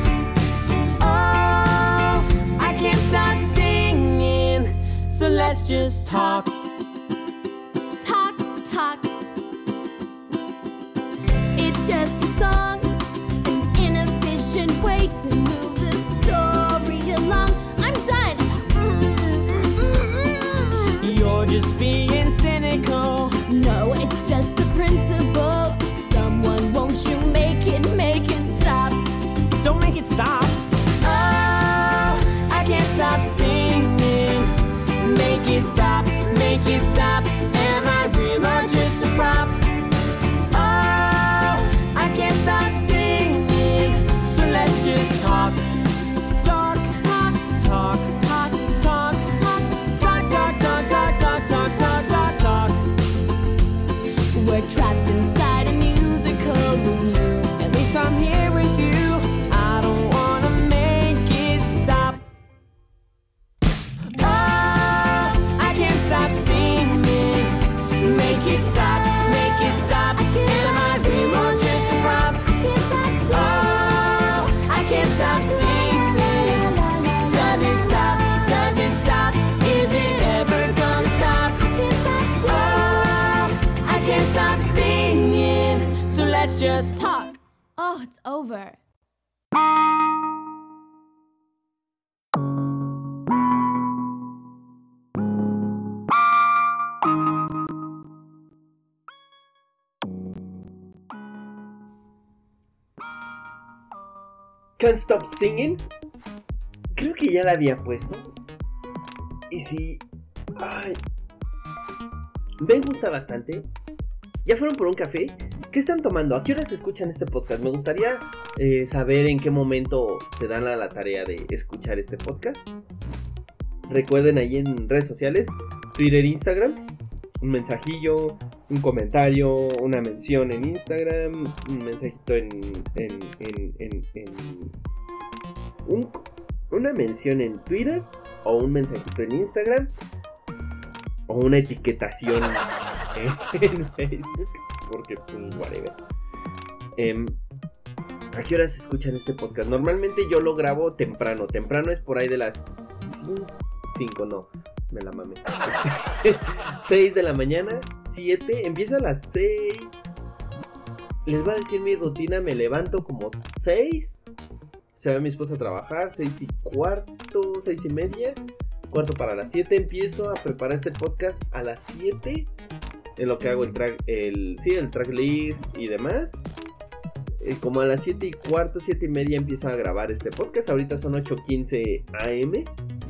Oh, I can't stop singing. So let's just talk. Talk, talk. It's just a song, an inefficient way to move the story along. I'm done just being cynical. No, it's just the principle. Someone, won't you make it, make it stop? Don't make it stop. Oh, I can't stop singing. Make it stop, make it stop. Am I real or just a prop? Oh, I can't stop singing. So let's just talk. Talk, talk, talk, talk, talk, talk, talk, talk, talk, talk, talk, talk, talk, talk, talk. We're trapped inside a musical with you. At least I'm here with you. I don't wanna make it stop. Oh, I can't stop singing. Make it stop, make it stop. Am I real or just a prop? Oh, I can't stop singing. Does it stop? Does it stop? Is it ever gonna stop? Oh, I can't stop singing. So let's just talk. Oh, it's over. Can't Stop Singing. Creo que ya la había puesto. Y sí. Ay. Me gusta bastante. ¿Ya fueron por un café? ¿Qué están tomando? ¿A qué horas escuchan este podcast? Me gustaría eh, saber en qué momento se dan a la tarea de escuchar este podcast. Recuerden ahí en redes sociales, Twitter, Instagram, un mensajillo, un comentario, una mención en Instagram, un mensajito en... en, en, en, en un, una mención en Twitter o un mensajito en Instagram o una etiquetación en Facebook, porque pues whatever. Eh, ¿A qué horas escuchan este podcast? Normalmente yo lo grabo temprano. Temprano es por ahí de las cinco, no, me la mamé. seis de la mañana, siete, empieza a las seis. Les voy a decir mi rutina, me levanto como seis. Se va mi esposa a trabajar, seis y cuarto, seis y media. Cuarto para las siete, empiezo a preparar este podcast a las siete. En lo que hago el track, el, sí, el tracklist y demás. Eh, como a las siete y cuarto, siete y media empiezo a grabar este podcast. Ahorita son ocho quince a eme.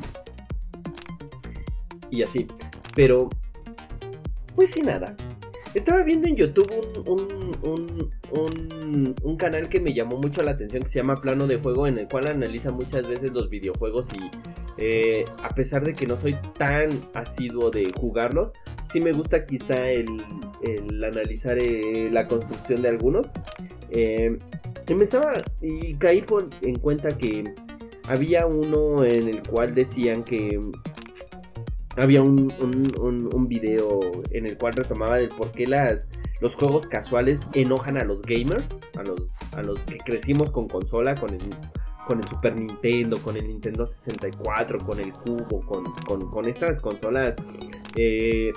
Y así. Pero, pues sí, nada. Estaba viendo en YouTube un, un, un, un, un canal que me llamó mucho la atención, que se llama Plano de Juego, en el cual analiza muchas veces los videojuegos y eh, a pesar de que no soy tan asiduo de jugarlos, sí me gusta quizá el, el analizar eh, la construcción de algunos. Eh, y me estaba y caí por, en cuenta que había uno en el cual decían que había un, un, un, un video en el cual retomaba del por qué las, los juegos casuales enojan a los gamers, a los, a los que crecimos con consola, con el, con el Super Nintendo, con el Nintendo sesenta y cuatro, con el Cubo, con, con, con estas consolas eh,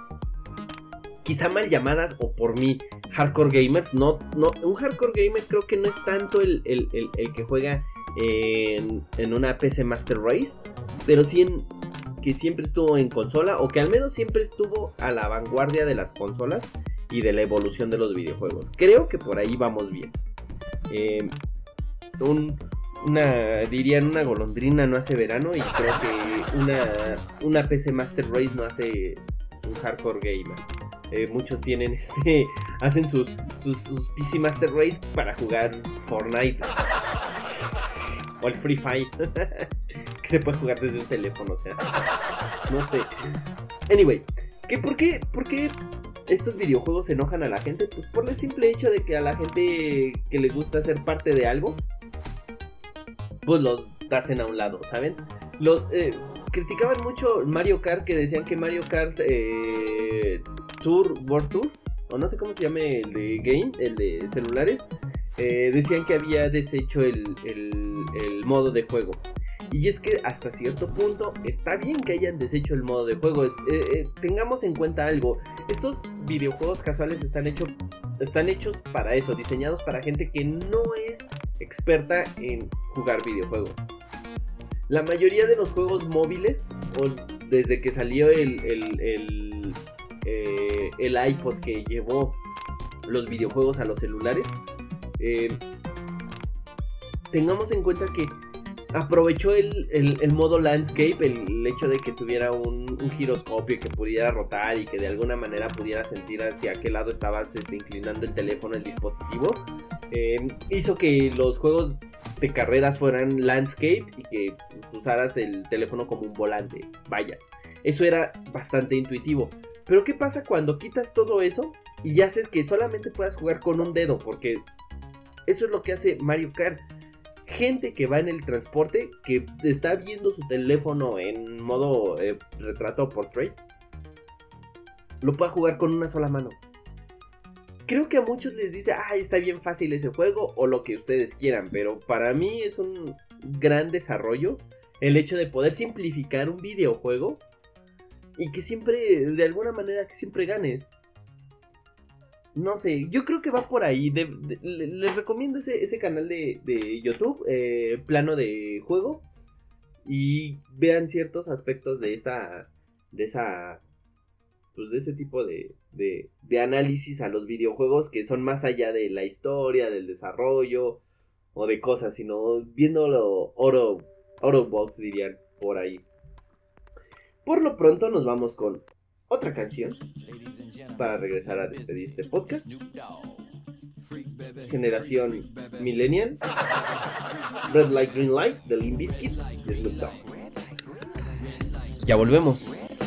quizá mal llamadas, o por mí hardcore gamers. No, no, un hardcore gamer creo que no es tanto el, el, el, el que juega en, en una P C Master Race, pero sí en que siempre estuvo en consola, o que al menos siempre estuvo a la vanguardia de las consolas y de la evolución de los videojuegos. Creo que por ahí vamos bien. Eh, un, una, dirían una golondrina no hace verano, y creo que una, una P C Master Race no hace un hardcore gamer. Eh, muchos tienen este, hacen sus, sus, sus P C Master Race para jugar Fortnite o el Free Fire. Que se puede jugar desde un teléfono, o sea, no sé. Anyway, ¿qué, por, qué, ¿por qué estos videojuegos enojan a la gente? Pues por el simple hecho de que a la gente que le gusta ser parte de algo, pues los hacen a un lado, ¿saben? Los, eh, criticaban mucho Mario Kart, que decían que Mario Kart eh, Tour, World Tour, o no sé cómo se llame el de game, el de celulares, eh, decían que había deshecho el, el, el modo de juego. Y es que hasta cierto punto está bien que hayan deshecho el modo de juego. Es, eh, eh, tengamos en cuenta algo. Estos videojuegos casuales están, hecho, están hechos para eso, diseñados para gente que no es experta en jugar videojuegos. La mayoría de los juegos móviles, o desde que salió el, el, el, eh, el iPod que llevó los videojuegos a los celulares, eh, tengamos en cuenta que aprovechó el, el, el modo landscape, el, el hecho de que tuviera un, un giroscopio que pudiera rotar y que de alguna manera pudiera sentir hacia qué lado estabas este, inclinando el teléfono, el dispositivo, eh, hizo que los juegos de carreras fueran landscape y que usaras el teléfono como un volante. Vaya, eso era bastante intuitivo. Pero ¿qué pasa cuando quitas todo eso y haces que solamente puedas jugar con un dedo? Porque eso es lo que hace Mario Kart. Gente que va en el transporte, que está viendo su teléfono en modo eh, retrato o portrait, lo puede jugar con una sola mano. Creo que a muchos les dice, ah, está bien fácil ese juego, o lo que ustedes quieran, pero para mí es un gran desarrollo el hecho de poder simplificar un videojuego y que siempre, de alguna manera, que siempre ganes. No sé, yo creo que va por ahí. De, de, les recomiendo ese, ese canal de, de YouTube, eh, Plano de Juego, y vean ciertos aspectos de esta, de esa, pues de ese tipo de, de, de análisis a los videojuegos que son más allá de la historia, del desarrollo o de cosas, sino viéndolo oro, oro box dirían por ahí. Por lo pronto nos vamos con otra canción para regresar a despedir este podcast. Generación Millennial, Red Light Green Light de Limp Bizkit y Snoop Dogg. Ya volvemos.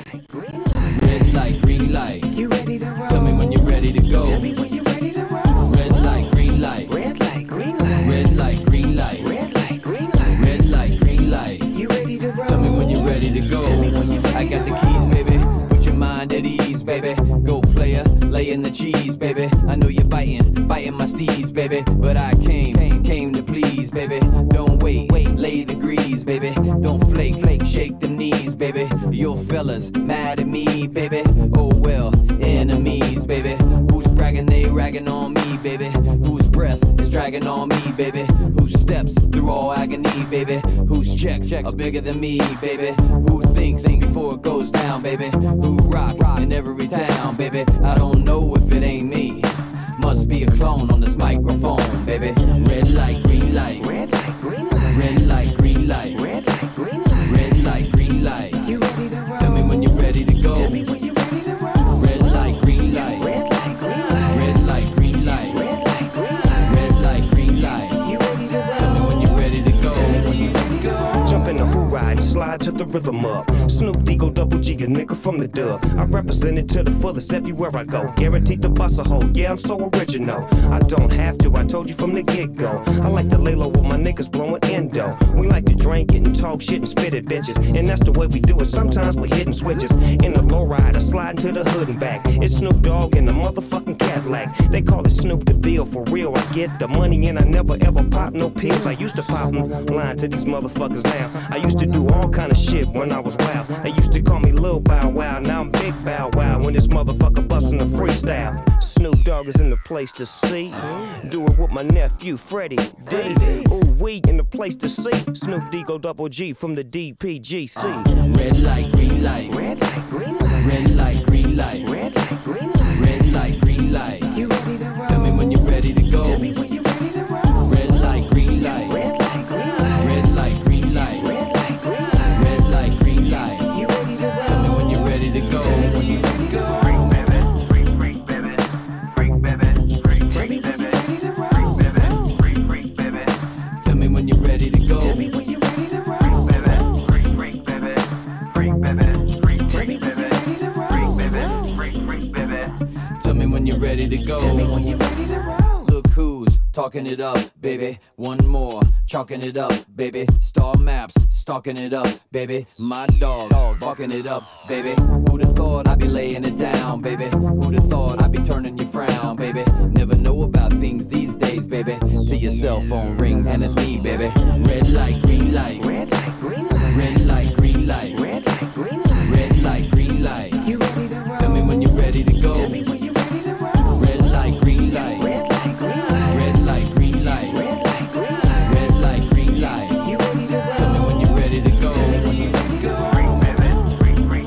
Red light, green light. You ready to roll? Tell me when you're ready to go. Tell me when you're ready to roll. Red light, green light. Red light, green light. Red light, green light. Red light, green light. Red light, green light. You ready to roll? Tell me when you're ready to go. Tell me when you're ready. I got the keys, baby. Put your mind at ease, baby. Go player, lay in the cheese, baby. I know you're biting, biting my steez, baby. But I came, came, came to please, baby. Don't wait, wait, lay the grease, baby. Don't flake, flake, shake them knees, baby. Your fellas mad at me, baby. Oh well, enemies, baby. Who's bragging, they ragging on me, baby. Whose breath is dragging on me, baby. Whose steps through all agony, baby. Whose checks are bigger than me, baby. Who thinks before it goes down, baby. Who rocks in every town, baby. I don't know if it ain't me. Must be a clone on this microphone, baby. Red light, green light. Red light, green light. Red light, green light. Red light, green light. Red light, green light. You ready to roll? Tell me when you're ready to go. Tell me when you're ready to roll. Red light, green light. Red light, green light. Red light, green light. Red light, green light. Red light, green light. You ready to roll? Tell me when you're ready to go. Tell me when you're ready to go. Jump in the who ride and slide to the rhythm up. Snoop D-Go double G, a nigga from the dub. I represent it to the fullest everywhere I go. Guaranteed to bust a hole, yeah, I'm so original. I don't have to, I told you from the get-go. I like to lay low with my niggas blowing endo. We like to drink it and talk shit and spit at bitches. And that's the way we do it, sometimes we're hitting switches. In the low rider, sliding to the hood and back. It's Snoop Dogg in the motherfucking Cadillac. They call it Snoop the Bill, for real, I get the money and I never ever pop no pills. I used to pop them, lying to these motherfuckers now. I used to do all kind of shit when I was wild. They used to call me Lil Bow Wow, now I'm Big Bow Wow when this motherfucker bustin' a freestyle. Snoop Dogg is in the place to see. Do it with my nephew Freddie D. Ooh, we in the place to see. Snoop D-Go double G from the D P G C. Red light, green light. Red light, green light. Red light, green light. Red light, green light. Red light, green light. You ready to roll? Tell me when you're ready to go. Tell me when you're ready to roll. Red light, green light. Red light, green light. Red light, green light. Red light, green light. Red light, green light. You ready to roll? Tell me when you're ready to go. Tell me when you're ready to go. Freak baby, freak freak baby, freak baby, freak freak baby, freak baby, freak freak baby. Tell me when you're ready to go. Tell me when you're ready to roll. Freak baby, freak freak baby, freak baby, freak freak baby, freak baby, freak freak baby. Tell me when you're ready to go. Tell me when you're ready to roll. Look who's talking it up, baby. One more, chalking it up, baby. Star maps, stalking it up, baby. My dogs, barking it up, baby. Who'da thought I'd be laying it down, baby? Who'da thought I'd be turning your frown, baby? Never know about things these days, baby. Till your cell phone rings and it's me, baby. Red light, green light. Red light, green light. Red light, green light. Red light, green light. Red light, green light. You ready to roll? Tell me when you're ready to go. Tell me when you're ready to roll. Red light, green light. Red light, green light. Red light, green light. Red light, green light. Red light, green light. You ready to roll? Tell me when you're ready to go. Tell me when you're ready to go. Freak baby, freak freak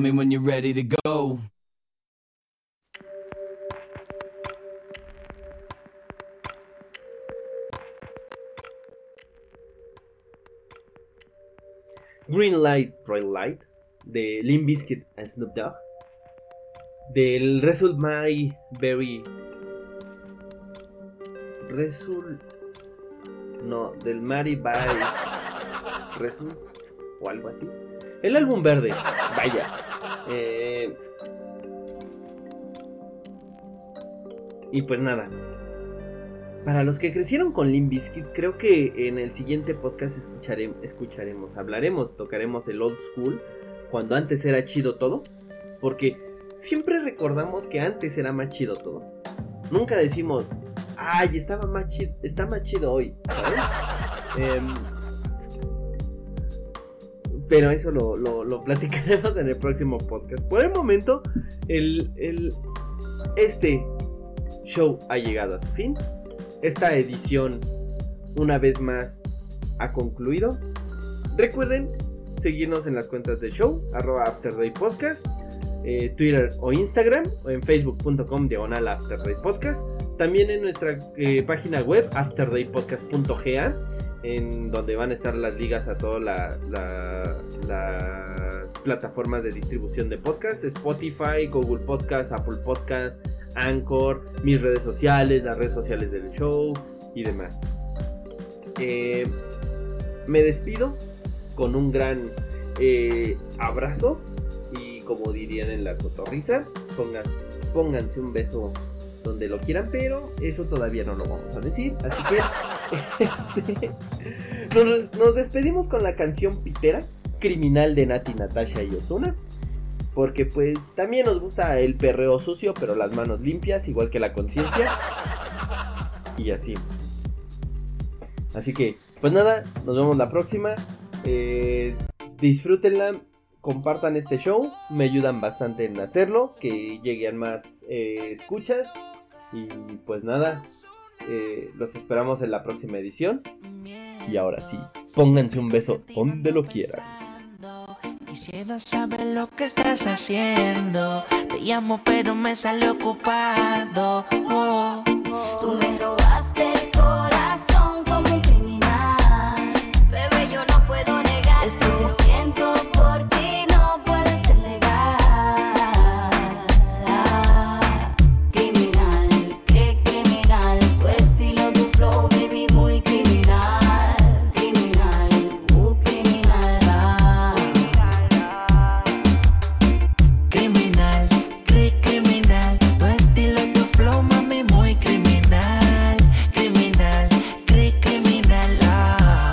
me when you're ready to go. Green Light, Red Light de Limp Bizkit and Snoop Dogg, del Result My Very Result no, del Mary by Result o algo así, el álbum verde, vaya, eh, y pues nada. Para los que crecieron con Limp Bizkit, creo que en el siguiente podcast escucharemos, escucharemos, hablaremos, tocaremos el old school, cuando antes era chido todo, porque siempre recordamos que antes era más chido todo. Nunca decimos, ay, estaba más chido, está más chido hoy, ¿sabes? Eh, pero eso lo, lo, lo platicaremos en el próximo podcast. Por el momento, el, el, este show ha llegado a su fin. Esta edición, una vez más, ha concluido. Recuerden seguirnos en las cuentas del show, arroba AfterDayPodcast, eh, Twitter o Instagram, o en facebook punto com diagonal AfterDayPodcast. También en nuestra eh, página web, afterdaypodcast punto g a, en donde van a estar las ligas a todas la, la, las plataformas de distribución de podcast, Spotify, Google Podcast, Apple Podcast, Anchor, mis redes sociales, las redes sociales del show y demás. Eh, me despido con un gran eh, abrazo y, como dirían en la cotorriza, pongan, pónganse un beso donde lo quieran, pero eso todavía no lo vamos a decir, así que este, nos, nos despedimos con la canción pitera, Criminal, de Nati, Natasha y Ozuna, porque pues también nos gusta el perreo sucio, pero las manos limpias, igual que la conciencia, y así. Así que, pues nada, nos vemos la próxima, eh, disfrútenla, compartan este show, me ayudan bastante en hacerlo, que lleguen más eh, escuchas, y pues nada, eh, los esperamos en la próxima edición, y ahora sí, pónganse un beso donde lo quieran. Quisiera saber lo que estás haciendo. Te llamo pero me sale ocupado. Oh. Tú me robaste el corazón como un criminal. Bebé, yo no puedo negar esto que siento por ti, no puede ser legal. Criminal, qué criminal, tu estilo, tu flow, baby, muy criminal. Criminal, uh, criminal, ah. Criminal, cri criminal, tu estilo, tu flow, mami, muy criminal. Criminal, cri criminal, ah.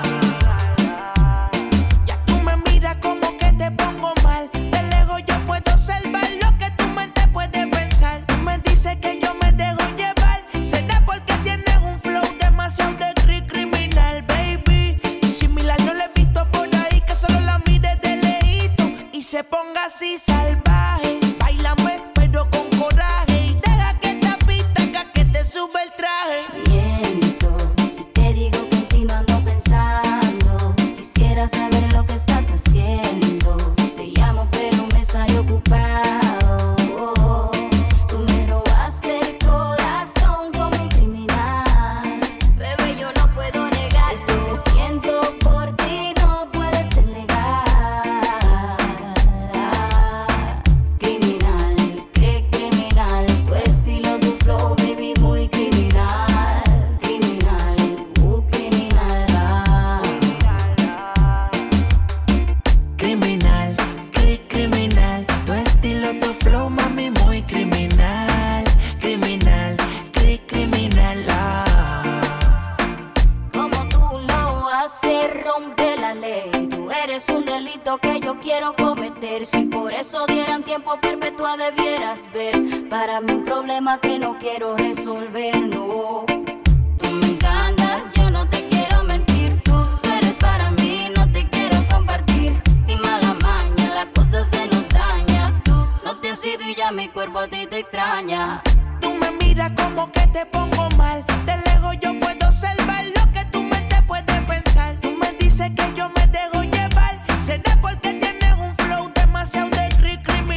Ya tú me miras como que te pongo mal. De lejos yo puedo observar lo que tu mente puede pensar. Tú me dices que yo me dejo llevar. Será porque tienes un flow demasiado de cri criminal, baby. Y similar no le he visto por ahí, que solo la mire de lejito y se ponga así salvaje. Báilame pero con coraje y deja que esta pista haga que te sube el traje. Miento si te digo que en ti no ando pensando. Quisiera saber lo que estás haciendo. Te llamo pero me sale ocupado. Tú me robaste el corazón como un criminal. Bebé, yo no puedo negar esto que siento por ti, no puede ser legal. Criminal, qué criminal, tu estilo, tu flow, baby, muy criminal. Criminal, uh, criminal, ah. Criminal, cri criminal, tu estilo, tu flow, mami, muy criminal. Criminal, cri criminal, ah. Como tú lo haces, rompe la ley. Tú eres un delito que yo quiero cometer. Si por eso dieran tiempo perpetua debieras ver. Para mí un problema que no quiero resolver, no. Tú me encantas, yo no te quiero mentir. Tú eres para mí, no te quiero compartir. Sin mala maña, la cosa se nos daña. Tú no te has ido y ya mi cuerpo a ti te extraña. Tú me miras como que te pongo mal. De lejos yo puedo observar lo que tu mente puede pensar. Tú me dices que yo me dejo llevar. Será porque tienes un flow demasiado de cri criminal.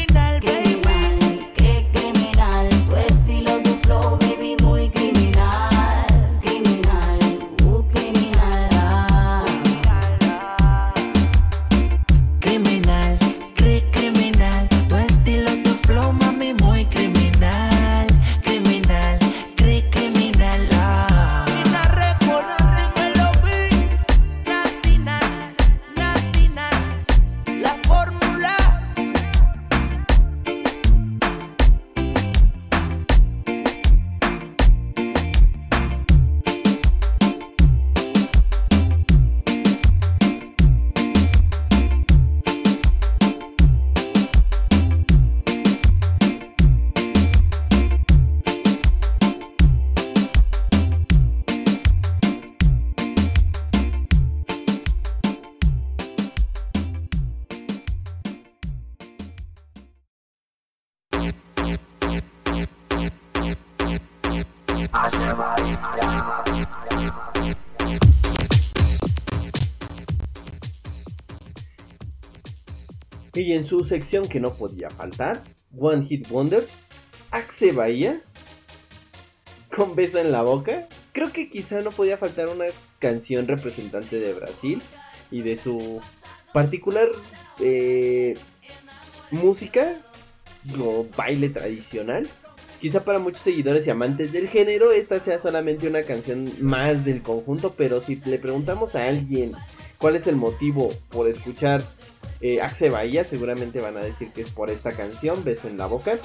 Y en su sección que no podía faltar, One Hit Wonder, Axe Bahía, con Beso en la Boca. Creo que quizá no podía faltar una canción representante de Brasil y de su particular eh, música o baile tradicional. Quizá para muchos seguidores y amantes del género esta sea solamente una canción más del conjunto, pero si le preguntamos a alguien cuál es el motivo por escuchar eh, Axe Bahía, seguramente van a decir que es por esta canción, Beso en la Boca,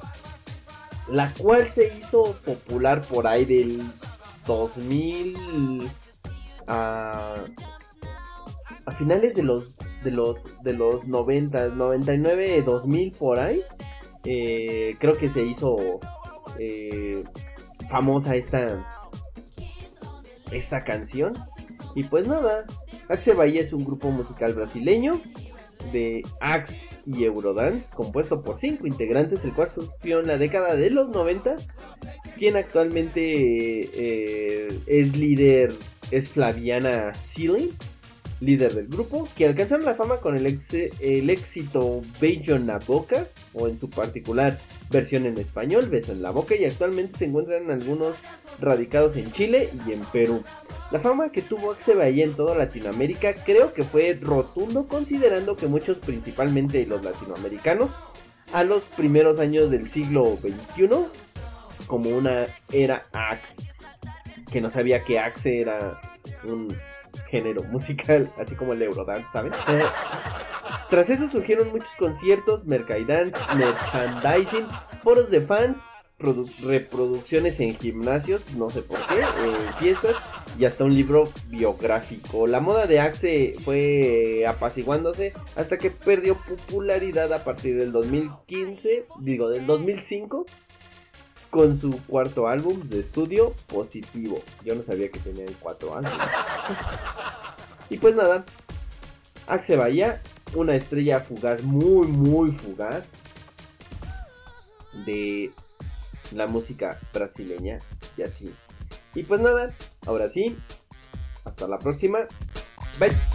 la cual se hizo popular por ahí del dos mil a, a finales de los de los de los noventa, noventa y nueve, dos mil por ahí. Eh, creo que se hizo eh, famosa esta esta canción. Y pues nada, Axe Bahía es un grupo musical brasileño de Axe y Eurodance, compuesto por cinco integrantes, el cual surgió en la década de los noventa. Quien actualmente eh, es líder es Flaviana Sealing, líder del grupo, que alcanzaron la fama con el, ex, el éxito Beijo na Boca, o en su particular versión en español, Beso en la Boca, y actualmente se encuentran algunos radicados en Chile y en Perú. La fama que tuvo Axe Bahía en toda Latinoamérica creo que fue rotundo, considerando que muchos, principalmente los latinoamericanos, a los primeros años del siglo veintiuno, como una era Axe, que no sabía que Axe era un género musical, así como el Eurodance, ¿saben? Tras eso surgieron muchos conciertos, merchandising, merchandising, foros de fans, produ- reproducciones en gimnasios, no sé por qué, eh, fiestas y hasta un libro biográfico. La moda de Axe fue apaciguándose hasta que perdió popularidad a partir del dos mil quince, digo del dos mil cinco, con su cuarto álbum de estudio, Positivo. Yo no sabía que tenían cuatro álbumes. Y pues nada, Axe Bahía, una estrella fugaz, muy muy fugaz de la música brasileña y así. Y pues nada, ahora sí, hasta la próxima. Bye.